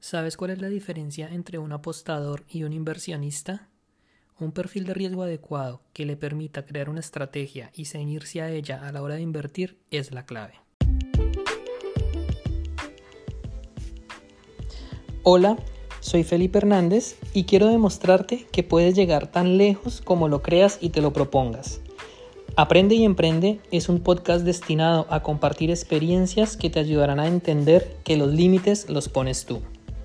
¿Sabes cuál es la diferencia entre un apostador y un inversionista? Un perfil de riesgo adecuado que le permita crear una estrategia y ceñirse a ella a la hora de invertir es la clave. Hola, soy Felipe Hernández y quiero demostrarte que puedes llegar tan lejos como lo creas y te lo propongas. Aprende y Emprende es un podcast destinado a compartir experiencias que te ayudarán a entender que los límites los pones tú.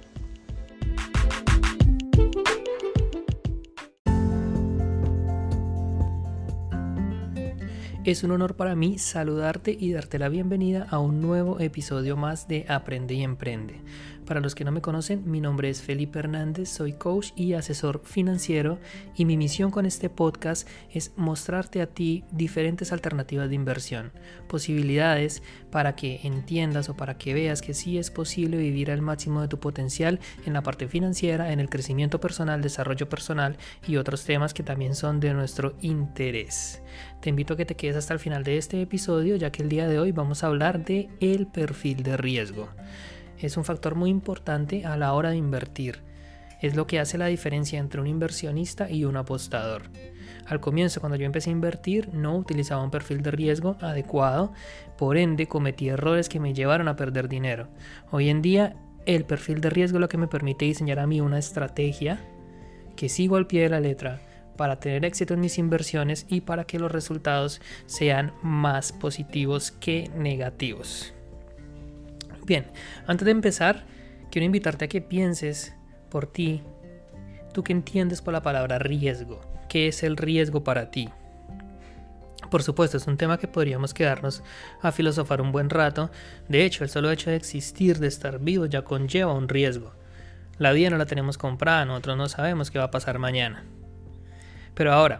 Es un honor para mí saludarte y darte la bienvenida a un nuevo episodio más de Aprende y Emprende. Para los que no me conocen, mi nombre es Felipe Hernández, soy coach y asesor financiero y mi misión con este podcast es mostrarte a ti diferentes alternativas de inversión, posibilidades para que entiendas o para que veas que sí es posible vivir al máximo de tu potencial en la parte financiera, en el crecimiento personal, desarrollo personal y otros temas que también son de nuestro interés. Te invito a que te quedes hasta el final de este episodio, ya que el día de hoy vamos a hablar de el perfil de riesgo. Es un factor muy importante a la hora de invertir. Es lo que hace la diferencia entre un inversionista y un apostador. Al comienzo, cuando yo empecé a invertir, no utilizaba un perfil de riesgo adecuado, por ende cometí errores que me llevaron a perder dinero. Hoy en día, el perfil de riesgo es lo que me permite diseñar a mí una estrategia que sigo al pie de la letra para tener éxito en mis inversiones y para que los resultados sean más positivos que negativos. Bien, antes de empezar, quiero invitarte a que pienses por ti, tú que entiendes por la palabra riesgo. ¿Qué es el riesgo para ti? Por supuesto, es un tema que podríamos quedarnos a filosofar un buen rato. De hecho, el solo hecho de existir, de estar vivo, ya conlleva un riesgo. La vida no la tenemos comprada, nosotros no sabemos qué va a pasar mañana. Pero ahora,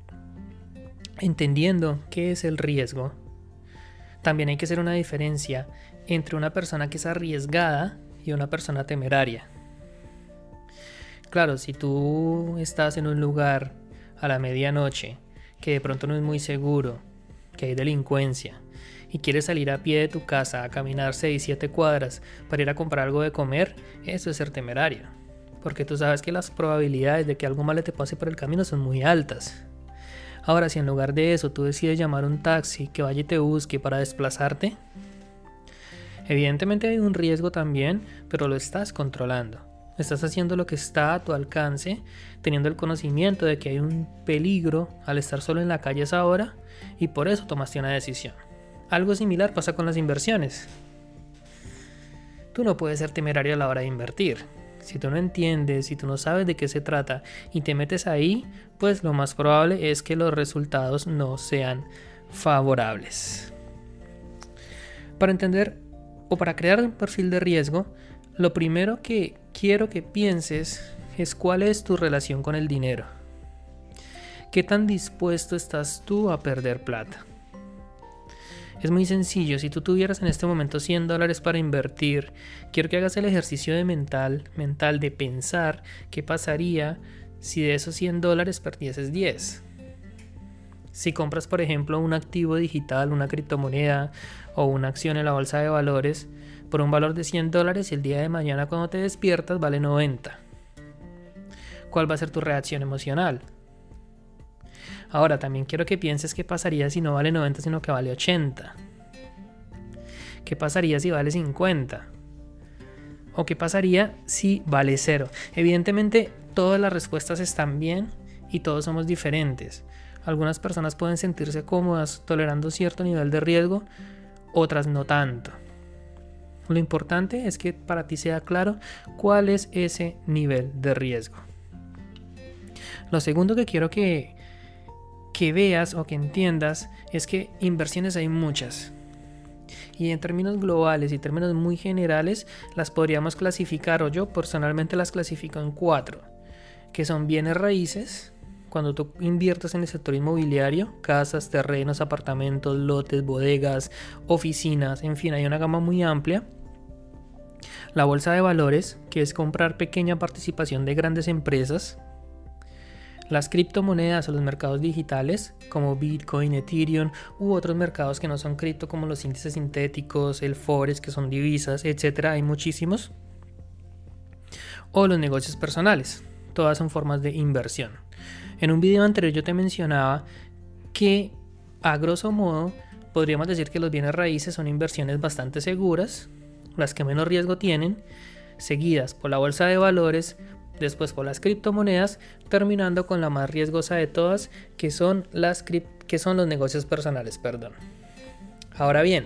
entendiendo qué es el riesgo, también hay que hacer una diferencia entre una persona que es arriesgada y una persona temeraria. Claro, si tú estás en un lugar a la medianoche que de pronto no es muy seguro, que hay delincuencia, y quieres salir a pie de tu casa a caminar 6-7 cuadras para ir a comprar algo de comer, eso es ser temerario. Porque tú sabes que las probabilidades de que algo malo te pase por el camino son muy altas. Ahora, si en lugar de eso tú decides llamar un taxi que vaya y te busque para desplazarte, evidentemente hay un riesgo también, pero lo estás controlando. Estás haciendo lo que está a tu alcance, teniendo el conocimiento de que hay un peligro al estar solo en la calle a esa hora y por eso tomaste una decisión. Algo similar pasa con las inversiones. Tú no puedes ser temerario a la hora de invertir. Si tú no entiendes, si tú no sabes de qué se trata y te metes ahí, pues lo más probable es que los resultados no sean favorables. Para entender o para crear un perfil de riesgo, lo primero que quiero que pienses es cuál es tu relación con el dinero. ¿Qué tan dispuesto estás tú a perder plata? Es muy sencillo, si tú tuvieras en este momento $100 para invertir, quiero que hagas el ejercicio de mental de pensar qué pasaría si de esos $100 perdieses 10. Si compras, por ejemplo, un activo digital, una criptomoneda o una acción en la bolsa de valores por un valor de $100 y el día de mañana cuando te despiertas vale 90. ¿Cuál va a ser tu reacción emocional? Ahora, también quiero que pienses qué pasaría si no vale 90 sino que vale 80. ¿Qué pasaría si vale 50? ¿O qué pasaría si vale 0? Evidentemente, todas las respuestas están bien y todos somos diferentes. Algunas personas pueden sentirse cómodas tolerando cierto nivel de riesgo, otras no tanto. Lo importante es que para ti sea claro cuál es ese nivel de riesgo. Lo segundo que quiero que veas o que entiendas es que inversiones hay muchas. Y en términos globales y términos muy generales las podríamos clasificar, o yo personalmente las clasifico en 4, que son bienes raíces. Cuando tú inviertes en el sector inmobiliario, casas, terrenos, apartamentos, lotes, bodegas, oficinas, en fin, hay una gama muy amplia. La bolsa de valores, que es comprar pequeña participación de grandes empresas. Las criptomonedas o los mercados digitales como Bitcoin, Ethereum u otros mercados que no son cripto como los índices sintéticos, el Forex que son divisas, etcétera, hay muchísimos. o los negocios personales. Todas son formas de inversión. En un video anterior yo te mencionaba que, a grosso modo, podríamos decir que los bienes raíces son inversiones bastante seguras, las que menos riesgo tienen, seguidas por la bolsa de valores, después por las criptomonedas, terminando con la más riesgosa de todas, que son los negocios personales. Ahora bien,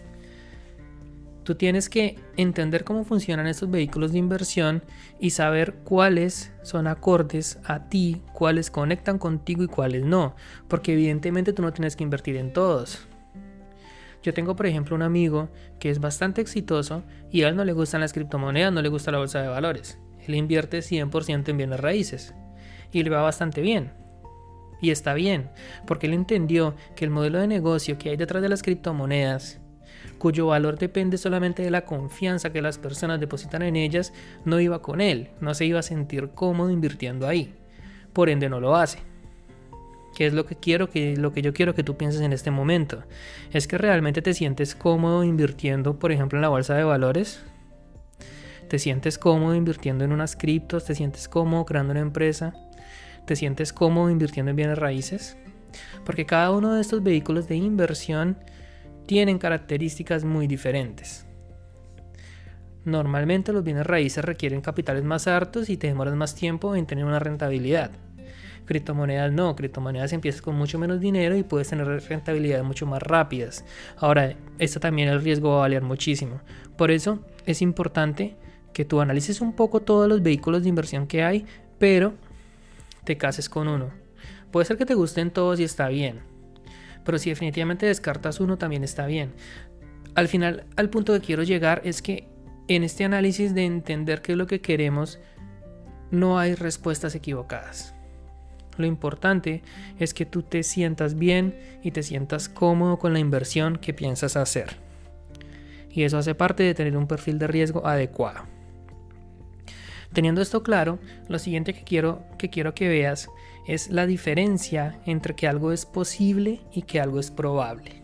tú tienes que entender cómo funcionan estos vehículos de inversión y saber cuáles son acordes a ti, cuáles conectan contigo y cuáles no, porque evidentemente tú no tienes que invertir en todos. Yo tengo, por ejemplo, un amigo que es bastante exitoso y a él no le gustan las criptomonedas, no le gusta la bolsa de valores. Él invierte 100% en bienes raíces y le va bastante bien. Y está bien, porque él entendió que el modelo de negocio que hay detrás de las criptomonedas, cuyo valor depende solamente de la confianza que las personas depositan en ellas, no iba con él, no se iba a sentir cómodo invirtiendo ahí. Por ende no lo hace. ¿Qué es lo que yo quiero que tú pienses en este momento? ¿Es que realmente te sientes cómodo invirtiendo, por ejemplo, en la bolsa de valores? ¿Te sientes cómodo invirtiendo en unas criptos? ¿Te sientes cómodo creando una empresa? ¿Te sientes cómodo invirtiendo en bienes raíces? Porque cada uno de estos vehículos de inversión tienen características muy diferentes. Normalmente los bienes raíces requieren capitales más altos y te demoras más tiempo en tener una rentabilidad. Criptomonedas no, criptomonedas empiezas con mucho menos dinero y puedes tener rentabilidades mucho más rápidas. Ahora, esto también el riesgo va a variar muchísimo. Por eso es importante que tú analices un poco todos los vehículos de inversión que hay, pero te cases con uno. Puede ser que te gusten todos y está bien, pero si definitivamente descartas uno también está bien. Al final, al punto que quiero llegar es que en este análisis de entender qué es lo que queremos, no hay respuestas equivocadas. Lo importante es que tú te sientas bien y te sientas cómodo con la inversión que piensas hacer. Y eso hace parte de tener un perfil de riesgo adecuado. Teniendo esto claro, lo siguiente que quiero que veas es la diferencia entre que algo es posible y que algo es probable.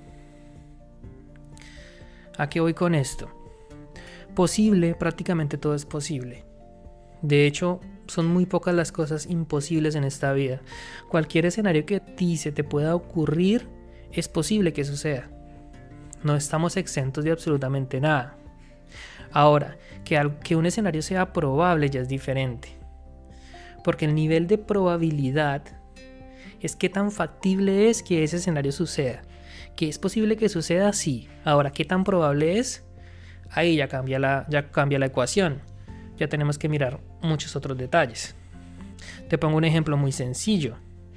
¿A qué voy con esto? Posible, prácticamente todo es posible. De hecho, son muy pocas las cosas imposibles en esta vida. Cualquier escenario que a ti se te pueda ocurrir, es posible que suceda. No estamos exentos de absolutamente nada. Ahora, que un escenario sea probable ya es diferente. Porque el nivel de probabilidad es qué tan factible es que ese escenario suceda. ¿Que es posible que suceda? Sí. Ahora, ¿qué tan probable es? Ahí ya cambia la ecuación. Ya tenemos que mirar muchos otros detalles. Te pongo un ejemplo muy sencillo.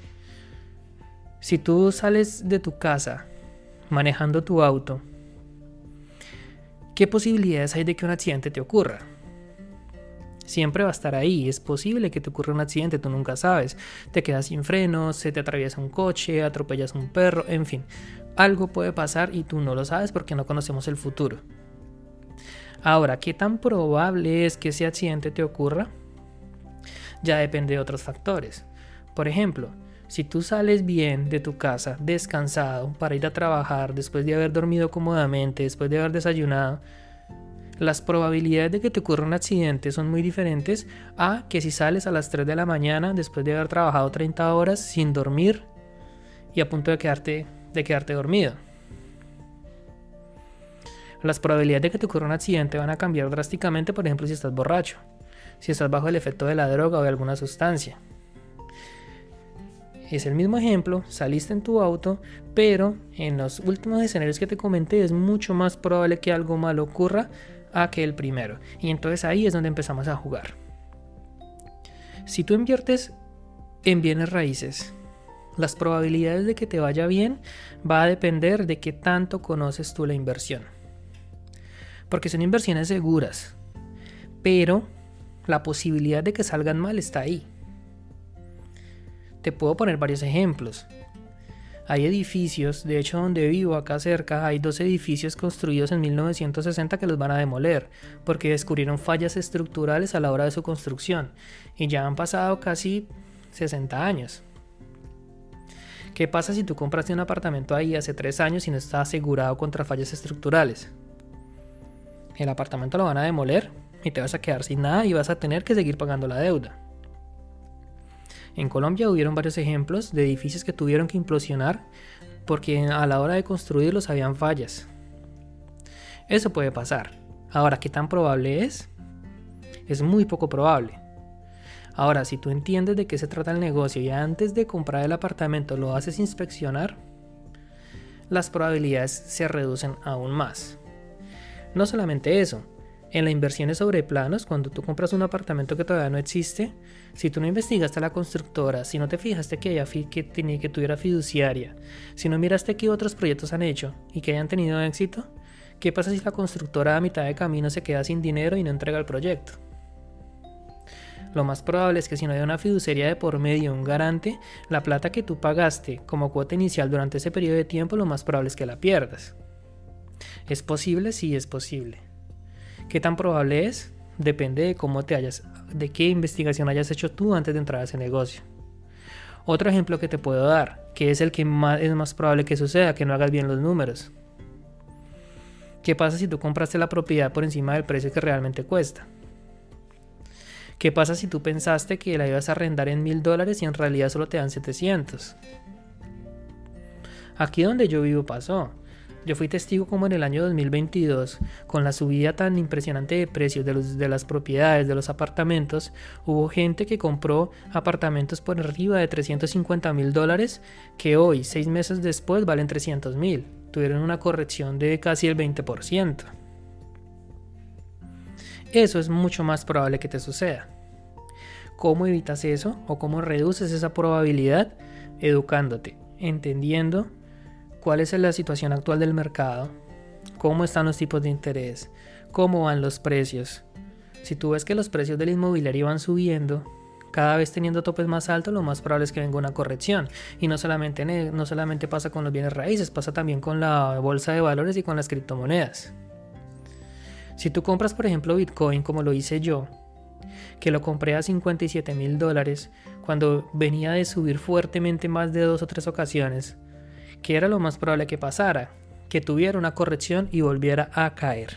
Si tú sales de tu casa manejando tu auto, ¿qué posibilidades hay de que un accidente te ocurra? Siempre va a estar ahí. Es posible que te ocurra un accidente, tú nunca sabes. Te quedas sin frenos, se te atraviesa un coche, atropellas a un perro, en fin. Algo puede pasar y tú no lo sabes porque no conocemos el futuro. Ahora, ¿qué tan probable es que ese accidente te ocurra? Ya depende de otros factores. Por ejemplo, si tú sales bien de tu casa, descansado, para ir a trabajar, después de haber dormido cómodamente, después de haber desayunado, las probabilidades de que te ocurra un accidente son muy diferentes a que si sales a las 3 de la mañana, después de haber trabajado 30 horas sin dormir y a punto de quedarte dormido. Las probabilidades de que te ocurra un accidente van a cambiar drásticamente, por ejemplo, si estás borracho, si estás bajo el efecto de la droga o de alguna sustancia. Es el mismo ejemplo, saliste en tu auto, pero en los últimos escenarios que te comenté es mucho más probable que algo malo ocurra a que el primero. Y entonces ahí es donde empezamos a jugar. Si tú inviertes en bienes raíces, las probabilidades de que te vaya bien va a depender de qué tanto conoces tú la inversión. Porque son inversiones seguras, pero la posibilidad de que salgan mal está ahí. Te puedo poner varios ejemplos. Hay edificios, de hecho donde vivo acá cerca, hay 2 edificios construidos en 1960 que los van a demoler porque descubrieron fallas estructurales a la hora de su construcción y ya han pasado casi 60 años. ¿Qué pasa si tú compraste un apartamento ahí hace 3 años y no está asegurado contra fallas estructurales? ¿El apartamento lo van a demoler? y te vas a quedar sin nada y vas a tener que seguir pagando la deuda. En Colombia hubieron varios ejemplos de edificios que tuvieron que implosionar porque a la hora de construirlos habían fallas. Eso puede pasar. Ahora, ¿qué tan probable es? Es muy poco probable. Ahora, si tú entiendes de qué se trata el negocio y antes de comprar el apartamento lo haces inspeccionar, las probabilidades se reducen aún más. No solamente eso, en las inversiones sobre planos, cuando tú compras un apartamento que todavía no existe, si tú no investigaste a la constructora, si no te fijaste que tuviera fiduciaria, si no miraste qué otros proyectos han hecho y que hayan tenido éxito, ¿qué pasa si la constructora a mitad de camino se queda sin dinero y no entrega el proyecto? Lo más probable es que si no hay una fiduciaria de por medio, un garante, la plata que tú pagaste como cuota inicial durante ese periodo de tiempo, lo más probable es que la pierdas. ¿Es posible? Sí, es posible. ¿Qué tan probable es? Depende de qué investigación hayas hecho tú antes de entrar a ese negocio. Otro ejemplo que te puedo dar, que es el que es más probable que suceda, que no hagas bien los números. ¿Qué pasa si tú compraste la propiedad por encima del precio que realmente cuesta? ¿Qué pasa si tú pensaste que la ibas a arrendar en $1,000 y en realidad solo te dan 700? Aquí donde yo vivo pasó. Yo fui testigo como en el año 2022, con la subida tan impresionante de precios de las propiedades, de los apartamentos, hubo gente que compró apartamentos por arriba de $350,000 que hoy, 6 meses después, valen $300,000. Tuvieron una corrección de casi el 20%. Eso es mucho más probable que te suceda. ¿Cómo evitas eso o cómo reduces esa probabilidad? Educándote, entendiendo cuál es la situación actual del mercado, cómo están los tipos de interés, cómo van los precios. Si tú ves que los precios del inmobiliario van subiendo, cada vez teniendo topes más altos, lo más probable es que venga una corrección. Y no solamente pasa con los bienes raíces, pasa también con la bolsa de valores y con las criptomonedas. Si tú compras, por ejemplo, Bitcoin, como lo hice yo, que lo compré a $57,000 cuando venía de subir fuertemente más de 2 o 3 ocasiones, ¿qué era lo más probable que pasara? Que tuviera una corrección y volviera a caer.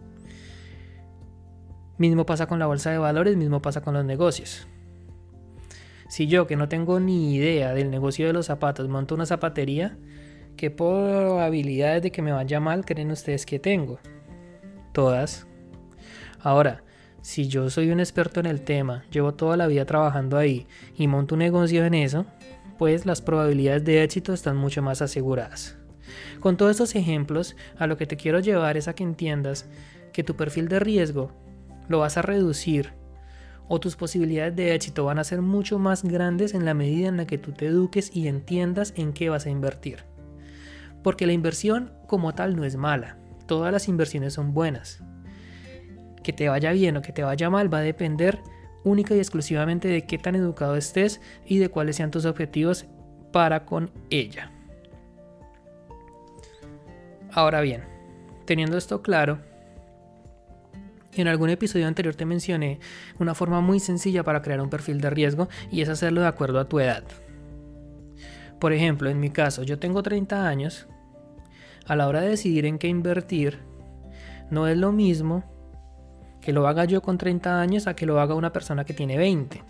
Mismo pasa con la bolsa de valores, mismo pasa con los negocios. Si yo, que no tengo ni idea del negocio de los zapatos, monto una zapatería, ¿qué probabilidades de que me vaya mal creen ustedes que tengo? Todas. Ahora, si yo soy un experto en el tema, llevo toda la vida trabajando ahí y monto un negocio en eso, pues las probabilidades de éxito están mucho más aseguradas. Con todos estos ejemplos, a lo que te quiero llevar es a que entiendas que tu perfil de riesgo lo vas a reducir o tus posibilidades de éxito van a ser mucho más grandes en la medida en la que tú te eduques y entiendas en qué vas a invertir. Porque la inversión como tal no es mala, todas las inversiones son buenas. Que te vaya bien o que te vaya mal va a depender única y exclusivamente de qué tan educado estés y de cuáles sean tus objetivos para con ella. Ahora bien, teniendo esto claro, en algún episodio anterior te mencioné una forma muy sencilla para crear un perfil de riesgo y es hacerlo de acuerdo a tu edad. Por ejemplo, en mi caso, yo tengo 30 años. A la hora de decidir en qué invertir, no es lo mismo que lo haga yo con 30 años a que lo haga una persona que tiene 20.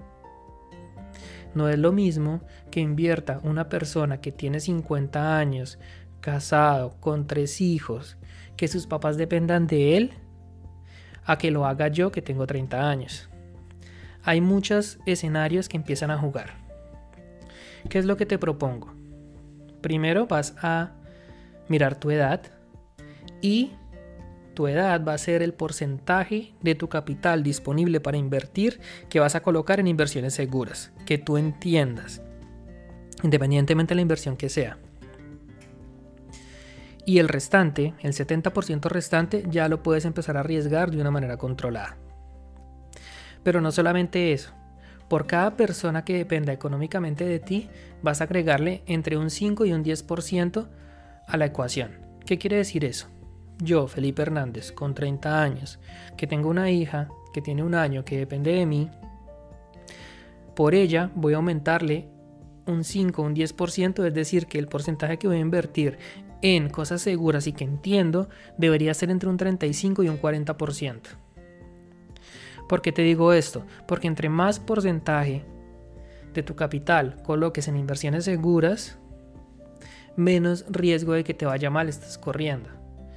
No es lo mismo que invierta una persona que tiene 50 años, casado, con 3 hijos, que sus papás dependan de él, a que lo haga yo que tengo 30 años. Hay muchos escenarios que empiezan a jugar. ¿Qué es lo que te propongo? Primero vas a mirar tu edad y tu edad va a ser el porcentaje de tu capital disponible para invertir que vas a colocar en inversiones seguras, que tú entiendas, independientemente de la inversión que sea. Y el restante, el 70% restante, ya lo puedes empezar a arriesgar de una manera controlada. Pero no solamente eso. Por cada persona que dependa económicamente de ti, vas a agregarle entre un 5 y un 10% a la ecuación. ¿Qué quiere decir eso? Yo, Felipe Hernández, con 30 años, que tengo una hija que tiene 1 año que depende de mí, por ella voy a aumentarle un 5 o un 10%, es decir, que el porcentaje que voy a invertir en cosas seguras y que entiendo debería ser entre un 35 y un 40%. ¿Por qué te digo esto? Porque entre más porcentaje de tu capital coloques en inversiones seguras, menos riesgo de que te vaya mal estás corriendo.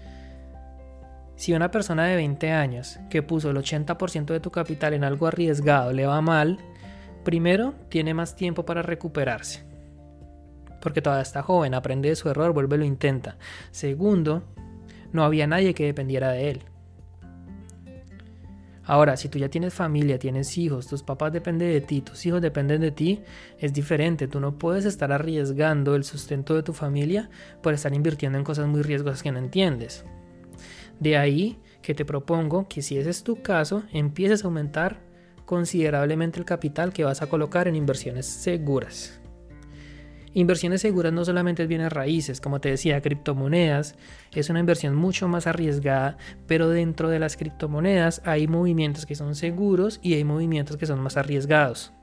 Si una persona de 20 años que puso el 80% de tu capital en algo arriesgado le va mal, primero, tiene más tiempo para recuperarse, porque todavía está joven, aprende de su error, vuelve y lo intenta. Segundo, no había nadie que dependiera de él. Ahora, si tú ya tienes familia, tienes hijos, tus papás dependen de ti, tus hijos dependen de ti, es diferente. Tú no puedes estar arriesgando el sustento de tu familia por estar invirtiendo en cosas muy riesgosas que no entiendes. De ahí que te propongo que si ese es tu caso, empieces a aumentar considerablemente el capital que vas a colocar en inversiones seguras. Inversiones seguras no solamente es bienes raíces, como te decía, criptomonedas es una inversión mucho más arriesgada, pero dentro de las criptomonedas hay movimientos que son seguros y hay movimientos que son más arriesgados.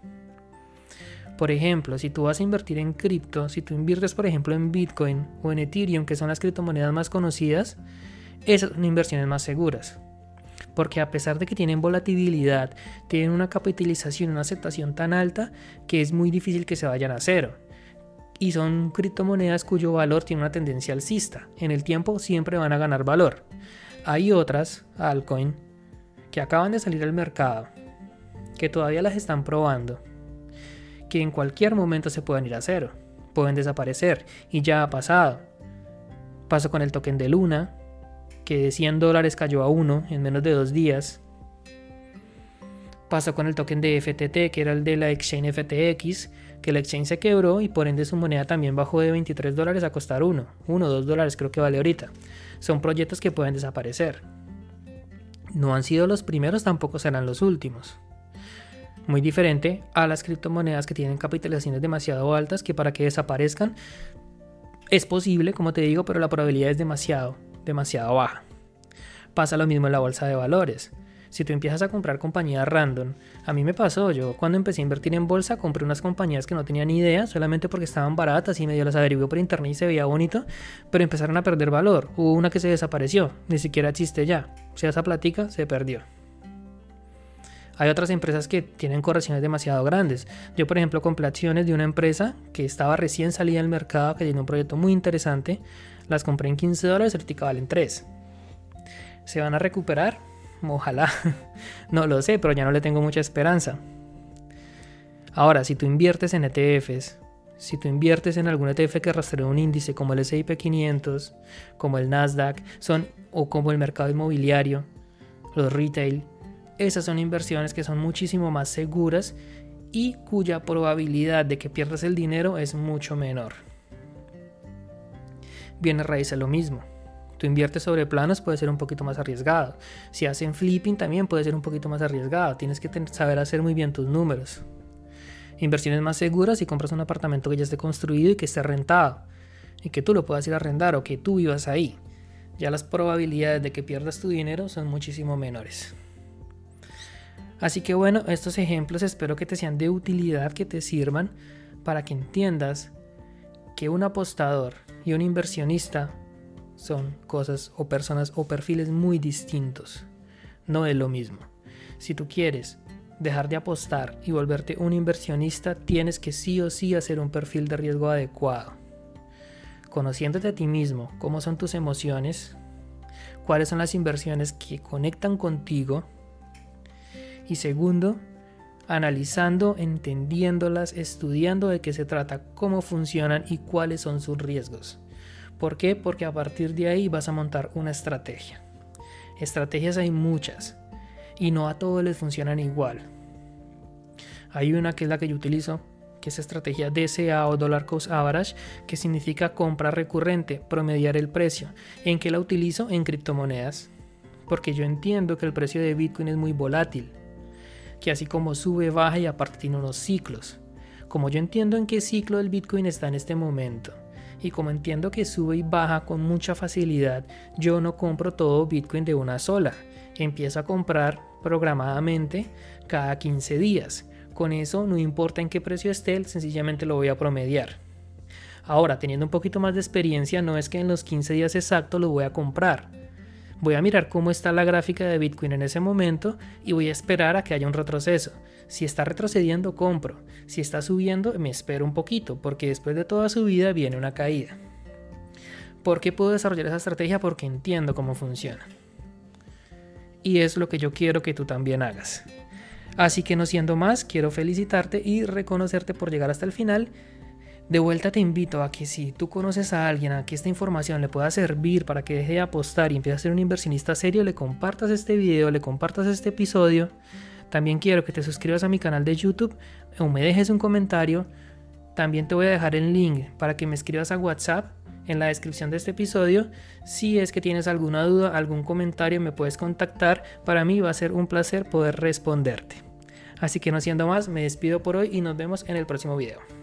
Por ejemplo, si tú vas a invertir en cripto, si tú inviertes por ejemplo en Bitcoin o en Ethereum, que son las criptomonedas más conocidas, esas son inversiones más seguras. Porque a pesar de que tienen volatilidad, tienen una capitalización, una aceptación tan alta que es muy difícil que se vayan a cero. Y son criptomonedas cuyo valor tiene una tendencia alcista. En el tiempo siempre van a ganar valor. Hay otras, altcoin, que acaban de salir al mercado, que todavía las están probando, que en cualquier momento se pueden ir a cero, pueden desaparecer, y ya ha pasado. Pasó con el token de Luna, que de $100 cayó a 1 en menos de 2 días. Pasó con el token de FTT, que era el de la exchange FTX, que la exchange se quebró y por ende su moneda también bajó de $23 a costar $1 o $2 creo que vale ahorita. Son proyectos que pueden desaparecer. No han sido los primeros, tampoco serán los últimos. Muy diferente a las criptomonedas que tienen capitalizaciones demasiado altas, que para que desaparezcan es posible, como te digo, pero la probabilidad es demasiado baja. Pasa lo mismo en la bolsa de valores. Si tú empiezas a comprar compañías random, a mí me pasó, yo cuando empecé a invertir en bolsa compré unas compañías que no tenía ni idea, solamente porque estaban baratas y medio las averigué por internet y se veía bonito, pero empezaron a perder valor. Hubo una que se desapareció, ni siquiera existe ya, o sea, esa plática se perdió. Hay otras empresas que tienen correcciones demasiado grandes. Yo, por ejemplo, compré acciones de una empresa que estaba recién salida al mercado, que tiene un proyecto muy interesante, las compré en $15, ahorita valen $3. ¿Se van a recuperar? Ojalá, no lo sé, pero ya no le tengo mucha esperanza. Ahora, si tú inviertes en ETFs, si tú inviertes en algún ETF que rastrea un índice como el S&P 500, como el Nasdaq, o como el mercado inmobiliario, los retail, esas son inversiones que son muchísimo más seguras y cuya probabilidad de que pierdas el dinero es mucho menor. Bienes raíces lo mismo. Tú inviertes sobre planos, puede ser un poquito más arriesgado. Si hacen flipping también puede ser un poquito más arriesgado. Tienes que saber hacer muy bien tus números. Inversiones más seguras si compras un apartamento que ya esté construido y que esté rentado. Y que tú lo puedas ir a arrendar o que tú vivas ahí. Ya las probabilidades de que pierdas tu dinero son muchísimo menores. Así que bueno, estos ejemplos espero que te sean de utilidad, que te sirvan para que entiendas que un apostador y un inversionista son cosas o personas o perfiles muy distintos. No es lo mismo. Si tú quieres dejar de apostar y volverte un inversionista, tienes que sí o sí hacer un perfil de riesgo adecuado. Conociéndote a ti mismo, cómo son tus emociones, cuáles son las inversiones que conectan contigo. Y segundo, analizando, entendiéndolas, estudiando de qué se trata, cómo funcionan y cuáles son sus riesgos. ¿Por qué? Porque a partir de ahí vas a montar una estrategia. Estrategias hay muchas y no a todos les funcionan igual. Hay una que es la que yo utilizo, que es estrategia DCA o Dollar Cost Average, que significa compra recurrente, promediar el precio. ¿En qué la utilizo? En criptomonedas. Porque yo entiendo que el precio de Bitcoin es muy volátil, que así como sube, baja y aparte tiene unos ciclos. Como yo entiendo en qué ciclo el Bitcoin está en este momento, y como entiendo que sube y baja con mucha facilidad, yo no compro todo Bitcoin de una sola. Empiezo a comprar programadamente cada 15 días. Con eso no importa en qué precio esté, sencillamente lo voy a promediar. Ahora, teniendo un poquito más de experiencia, no es que en los 15 días exactos lo voy a comprar, Voy a mirar cómo está la gráfica de Bitcoin en ese momento y voy a esperar a que haya un retroceso. Si está retrocediendo, compro. Si está subiendo, me espero un poquito, porque después de toda subida viene una caída. ¿Por qué puedo desarrollar esa estrategia? Porque entiendo cómo funciona. Y es lo que yo quiero que tú también hagas. Así que no siendo más, quiero felicitarte y reconocerte por llegar hasta el final. De vuelta te invito a que si tú conoces a alguien a que esta información le pueda servir para que deje de apostar y empiece a ser un inversionista serio, le compartas este video, le compartas este episodio. También quiero que te suscribas a mi canal de YouTube o me dejes un comentario. También te voy a dejar el link para que me escribas a WhatsApp en la descripción de este episodio. Si es que tienes alguna duda, algún comentario, me puedes contactar. Para mí va a ser un placer poder responderte. Así que no siendo más, me despido por hoy y nos vemos en el próximo video.